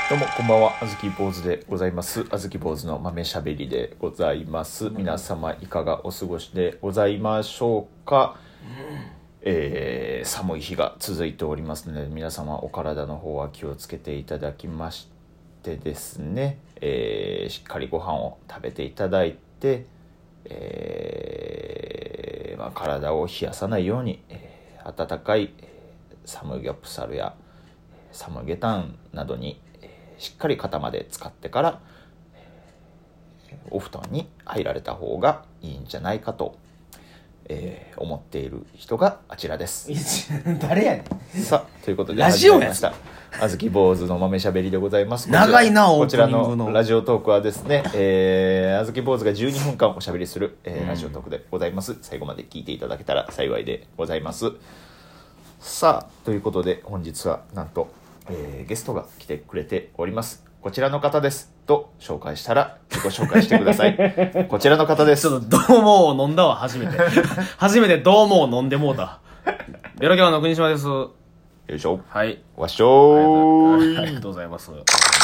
どうもこんばんは、あずき坊主でございます。あずき坊主の豆しゃべりでございます。皆様いかがお過ごしでございましょうか。寒い日が続いておりますので、皆様お体の方は気をつけていただきましてですね、しっかりご飯を食べていただいて、体を冷やさないように、温かいサムギョプサルやサムゲタンなどにしっかり肩まで使ってからお布団に入られた方がいいんじゃないかと、思っている人があちらです。 誰やねん。 さあということでラジオや始まりましたあずき坊主の豆しゃべりでございます。 長いなこちらオープニングののラジオトークはですね、あずき坊主が12分間おしゃべりする、ラジオトークでございます。最後まで聞いていただけたら幸いでございます。さあということで本日はなんとゲストが来てくれております。こちらの方ですと紹介したら自己紹介してください。こちらの方です。 ちょっとどうもを飲んだわ、初めて。初めてどうもを飲んでもうた。ベロキャワの国島です。 よいしょ。 はい。 わっしょーい。 ありがとうございます。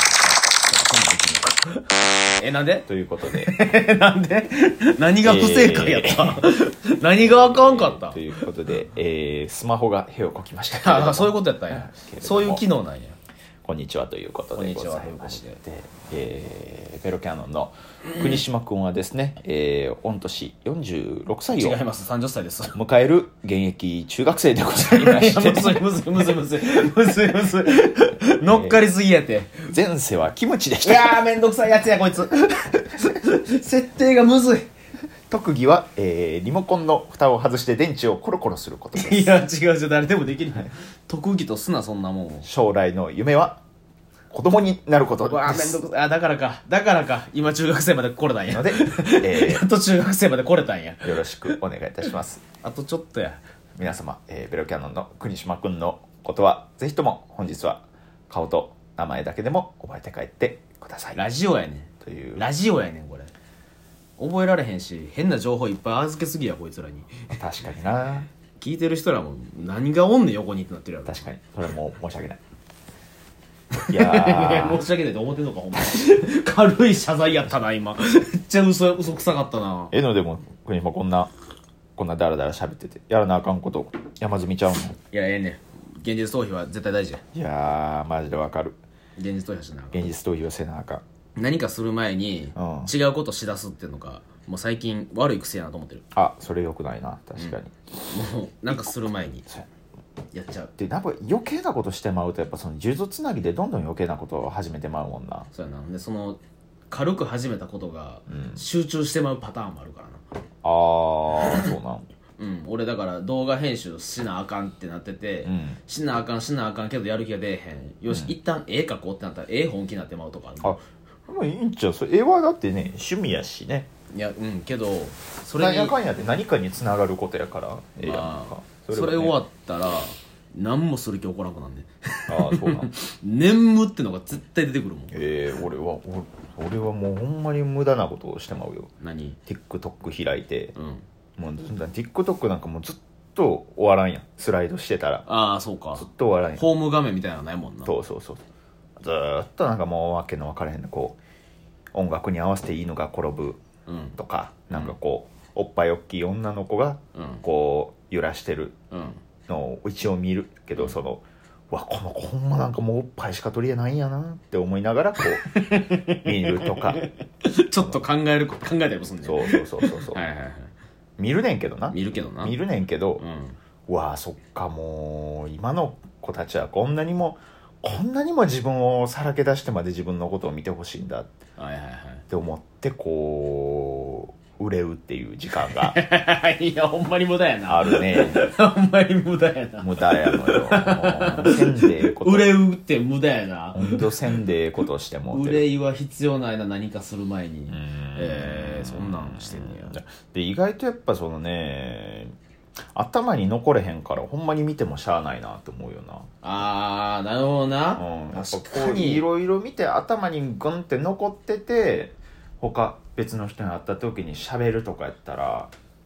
なんでということでなんで何が不正解やった、何があかんかったということで、スマホがへをこきましたけれどもあ、そういうことやったんや。そういう機能なんや。 こんにちはということでございまして、 こんにペロキャノンの国島くんはですね、御年46歳を違います、30歳です。 迎える現役中学生でございましむてずいむずいむずいむずいむずいむずい乗っかりすぎやて。 前世はキムチでしいた。 やーめんどくさいやつやこいつ。設定がむずい。 特技は、リモコンの蓋を外して電池をコロコロすることです。 いや違う違う、誰でもできる。特技とすなそんなもん。 将来の夢は子供になることです。 うわーめんどくさい。あ、だからか今中学生まで来れたんやので、 やっと中学生まで来れたんや。 よろしくお願いいたします。 あとちょっとや。 皆様、ベロキャノンの国島くんのことはぜひとも本日は顔と名前だけでも覚えて帰ってください。 ラジオやねん。 というラジオやねんこれ。覚えられへんし変な情報いっぱい預けすぎやこいつらに。 確かにな。 聞いてる人らも何がおんねん横にってなってるやろ。 確かにそれも申し訳ない。いや申し訳ないと思ってんのかほんま。軽い謝罪やったな今。めっちゃ嘘くさかったな。 のでも国島こんなダラダラ喋っててやらなあかんこと山積みちゃうの。 いやええねん、現実逃避は絶対大事や。 いやーマジでわかる。 現実逃避はしなあかん。 現実逃避をせなあかん。 何かする前にうん違うことしだすっていうのがもう最近悪い癖やなと思ってる。 あ、それ良くないな。確かに、 もうなんかする前にそうやっちゃう。 でなんか余計なことしてまうとやっぱその数珠つなぎでどんどん余計なことを始めてまうもんな。 そうやな。でその軽く始めたことがうん集中してまうパターンもあるからな。 あーそうなん。 うん、俺だから動画編集しなあかんってなってて、 うんしなあかんけどやる気が出えへん。よし、一旦絵描こうってなったら絵本気になってまうとかある。 あ、もういいんちゃう。それ絵はだってね趣味やしね。 いやけどそれに何やかんやって何かにつながることやから絵やんか。 まあそはねれ終わったら何もする気起こらなくなんねん。 ああそうなん眠ってのが絶対出てくるもん。 俺はもうほんまに無駄なことをしてまうよ。 何。 TikTok 開いてうん。 もうTikTok なんかもうずっと終わらんやん。スライドしてたらああそうか。 ずっと終わらんやん。 ホーム画面みたいなのないもんな。 そうずーっとなんかもうわけの分からへんのこう音楽に合わせていいのが転ぶうんとか、なんかこうおっぱい大きい女の子がうんこう揺らしてるうんのを一応見るけど、そのこの子ほんまなんかもうおっぱいしか取り柄ないんやなって思いながらこう見るとかちょっと考えたりもすんねん。 そうはいはいはい。 見るねんけどな。 見るけどな。 見るねんけど、 うん。 わあそっかもう今の子たちはこんなにも自分をさらけ出してまで自分のことを見てほしいんだっはいはいて思ってこう憂うっていう時間がはい。いやほんまに無駄やな。 あるね。 ほんまに無駄やな。 無駄やのよ。もうせんでええこと憂うって無駄やな。 ほんとせんでええことしてもうてる。 憂いは必要ないな、何かする前に。 んそんなんしてんねや。 で意外とやっぱそのね頭に残れへんからほんまに見てもしゃあないなって思うよな。 なるほどな。 やっぱこういろいろ見て頭にグンって残ってて他別の人に会った時に喋るとかやったら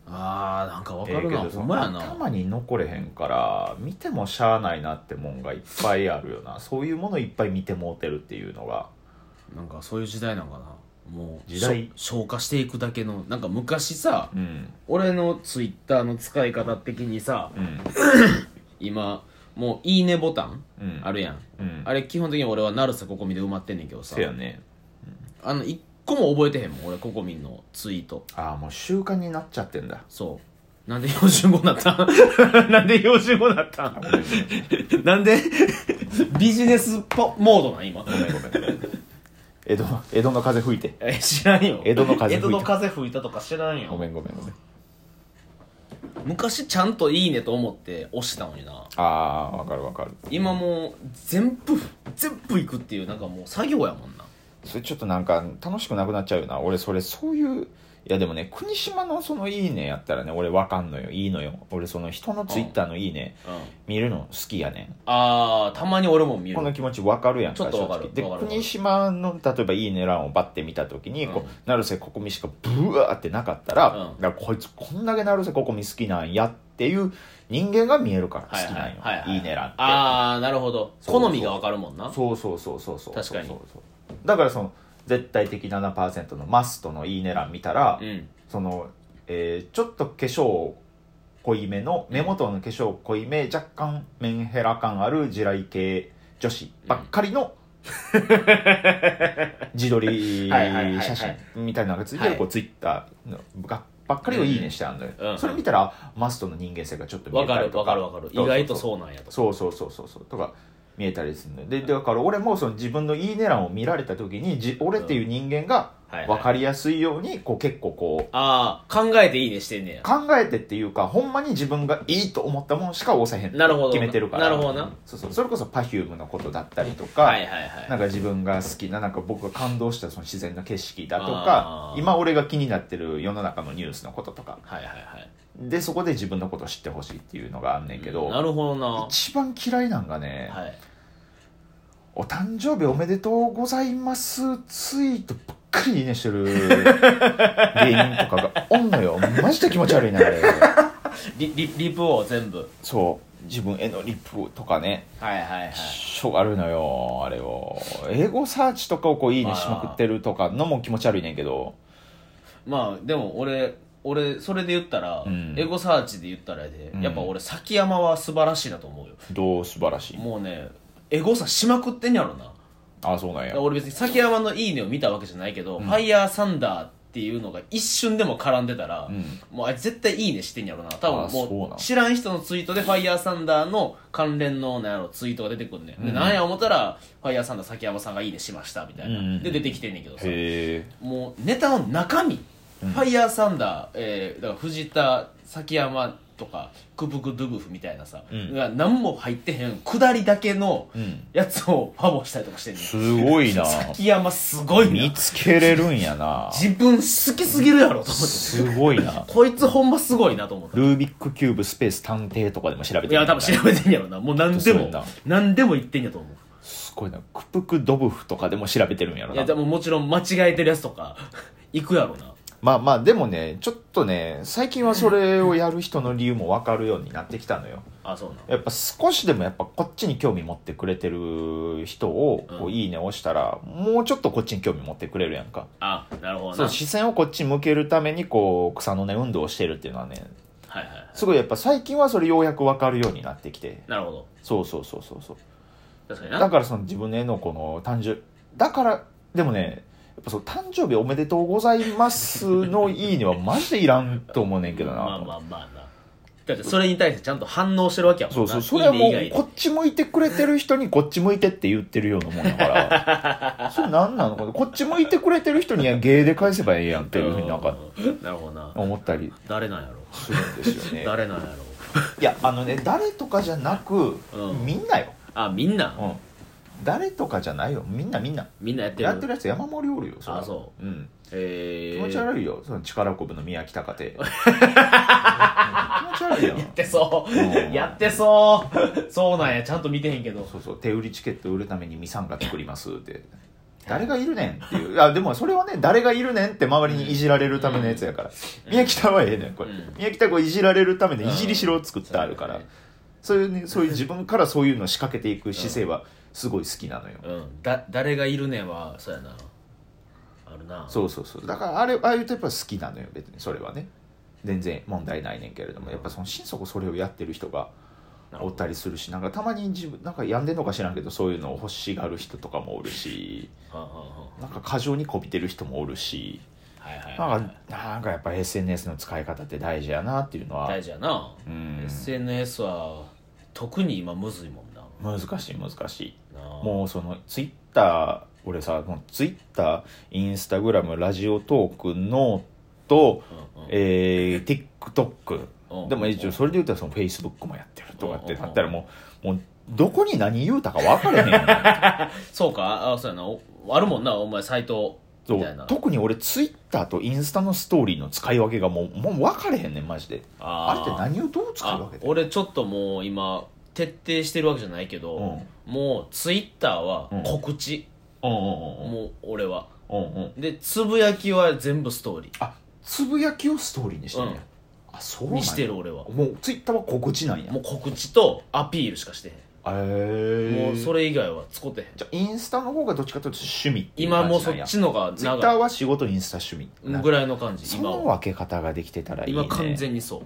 なんかわかるな、 けどほんまやな。 頭に残れへんから見てもしゃあないなってもんがいっぱいあるよな。そういうものいっぱい見てもうてるっていうのがなんかそういう時代なんかな。もう時代消化していくだけの。なんか昔さ、 うん俺のツイッターの使い方的にさ、 うん今もういいねボタンうんあるやん、 うんあれ基本的に俺は成瀬ここみで埋まってんねんけどさ、 せやね。 一個も覚えてへんもん俺ここみんのツイート。 ああもう習慣になっちゃってんだ。 そうなんで標準語になったんなんで標準語になったんなんでビジネスモードなん今。 ごめん江戸の風吹いて。 知らんよ。 江戸の風吹いた江戸の風吹いたとか知らんよ。 ごめん昔ちゃんといいねと思って押したのにな。 ああわかる今もう全部いくっていうなんかもう作業やもんな。 それちょっとなんか楽しくなくなっちゃうよな。俺そういういやでもね国島のそのいいねやったらね俺わかんのよ。いいのよ。俺その人のツイッターのいいね見るの好きやねん。 たまに俺も見る。 この気持ちわかるやんか。 ちょっとわかるでわかる国島の例えばいいね欄をバッて見た時にこう成瀬ここみしかブワーってなかったら、だからこいつこんだけ成瀬ここみ好きなんやっていう人間が見えるから好きなんよ。いいね欄って。 なるほど。好みがわかるもんな。 そう確かに。だからその絶対的 7% のマストのいいね欄見たら、その、ちょっと化粧濃いめの目元の化粧濃いめ若干メンヘラ感ある地雷系女子ばっかりの自撮り写真みたいなのがついてるこうツイッターのばっかりをいいねしてあるのよ。それ見たらマストの人間性がちょっと見えたりとか。 わかる意外とそうなんやと。 そうとか見えたりするので、だから俺もその自分のいいね欄を見られた時に俺っていう人間が分かりやすいようにこう結構こう考えていいねしてんねや。 考えてっていうかほんまに自分がいいと思ったものしか押せへんって決めてるから。 なるほどな。 それこそ Perfume のことだったりとか、なんか自分が好きななんか僕が感動したその自然の景色だとか、今俺が気になってる世の中のニュースのこととか、でそこで自分のことを知ってほしいっていうのがあんねんけど、 なるほどな。 一番嫌いなんがね、お誕生日おめでとうございますツイートばっかりいいねしてる芸人とかがおんのよ。マジで気持ち悪いなあれ。 リプを全部そう自分へのリプとかね、しょがあるのよあれを。英語サーチとかをこういいねしまくってるとかのも気持ち悪いねんけど、 まあでも俺それで言ったら、エゴサーチで言ったらやっぱ俺崎山は素晴らしいなと思うよ。 どう素晴らしい。 もうねエゴサしまくってんやろな。 そうなんや。 俺別に崎山のいいねを見たわけじゃないけど、ファイヤーサンダーっていうのが一瞬でも絡んでたら、もうあれ絶対いいねしてんやろな。多分もう知らん人のツイートでファイヤーサンダーの関連のツイートが出てくるね、でなんや思ったらファイヤーサンダー崎山さんがいいねしましたみたいな、で出てきてんねんけどさ、もうネタの中身、ファイヤーサンダー、だから藤田崎山とかクプクドゥブフみたいなさ、何も入ってへん下りだけのやつをファボしたりとかしてんねん。 すごいな。 崎山すごいな。 見つけれるんやな。 自分好きすぎるやろと思って。 すごいな。 こいつほんますごいなと思った。 ルービックキューブスペース探偵とかでも調べてる。 いや多分調べてんやろな。もう何でも言ってんやと思う。 すごいな。クプクドブフとかでも調べてるんやろな。 いやでももちろん間違えてるやつとか行くやろな。 まあでもねちょっとね最近はそれをやる人の理由も分かるようになってきたのよ。 そうなの。 やっぱ少しでもやっぱこっちに興味持ってくれてる人をこういいね押したら、もうちょっとこっちに興味持ってくれるやんか。 なるほどな。 そう視線をこっちに向けるためにこう草の根運動をしてるっていうのはね、すごいやっぱ最近はそれようやく分かるようになってきて。 なるほど。 そう確かにな。 だからその自分へのこのだからでもねやっぱそう誕生日おめでとうございますのいいねはマジでいらんと思うねんけどな。 まあな。だってそれに対してちゃんと反応してるわけやもんな。 それはもうこっち向いてくれてる人にこっち向いてって言ってるようなもんだからそれ何なのかな。こっち向いてくれてる人には芸で返せばええやんっていうふうになんかなるほどな思ったり誰なんやろするんですよね。 誰なんやろ。 いや誰とかじゃなく、みんなよ。 みんな、 誰とかじゃないよ。みんなやってるやつ山盛りおるよ。 そう。 気持ち悪いよその力こぶの宮北かて気持ち悪いよ。 やってそうそうなんや。ちゃんと見てへんけど。 手売りチケット売るためにミサンガ作りますって誰がいるねんっていう。でもそれはね、誰がいるねんって周りにいじられるためのやつやから。宮北はええねん、これ。宮北こういじられるためのいじりしろを作ってあるから。そういうね、そういう自分からそういうのを仕掛けていく姿勢はすごい好きなのよ。 誰がいるねんは、そうやな。あるな。 そうそうそう。だからああいうとやっぱ好きなのよ、別にそれはね。全然問題ないねんけれども、やっぱその心底それをやってる人がおったりするし、なんかたまに自分なんか病んでんのか知らんけど、そういうのを欲しがる人とかもおるし、なんか過剰にこびてる人もおるし、なんかやっぱ SNS の使い方って大事やなっていうのは。 大事やな。SNS は特に今むずいもんな。 難しいもうそのツイッター、俺さ、もうツイッター、インスタグラム、ラジオトーク、ノート、TikTok、でも一応それで言うとその Facebook もやってるとかってなったらもうどこに何言うたか分かれへんよね。 そうか、そうやな、あるもんな、お前サイトみたいな。 特に俺ツイッターとインスタのストーリーの使い分けがもう分かれへんねんマジで。あれって何をどう使い分けてる？ 俺ちょっともう今徹底してるわけじゃないけど、もうツイッターは告知、もう俺は、でつぶやきは全部ストーリー。 つぶやきをストーリーにしてんねん。そうなんや。 にしてる俺は。 もうツイッターは告知なんや。 もう告知とアピールしかしてへん。もうそれ以外は使ってへん。 じゃあインスタの方がどっちかというと趣味っていう今もうそっちのがツイッターは仕事、インスタ趣味ぐらいの感じ。 その分け方ができてたらいいね。 今完全にそう。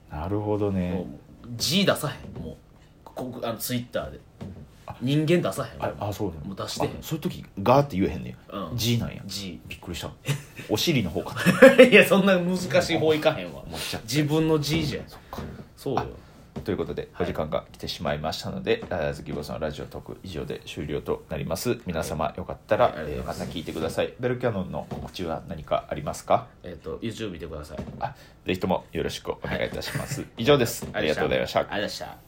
なるほどね。 もう G 出さへん。もうツイッターで人間出さへん。 そうだ。 もう出してへん。 そういう時ガーって言えへんねん。G なんや。 G。 びっくりした。お尻の方かいや、そんな難しい方いかへんわ。自分の G じゃん。 そっか。 そうよ。 ということでお時間が来てしまいましたので、あずき坊さんのラジオトーク以上で終了となります。皆様よかったら、また聞いてください。ベルキャノンの告知は何かありますか ？YouTube 見てください。 ぜひともよろしくお願いいたします。以上です。ありがとうございました。 ありがとうございました。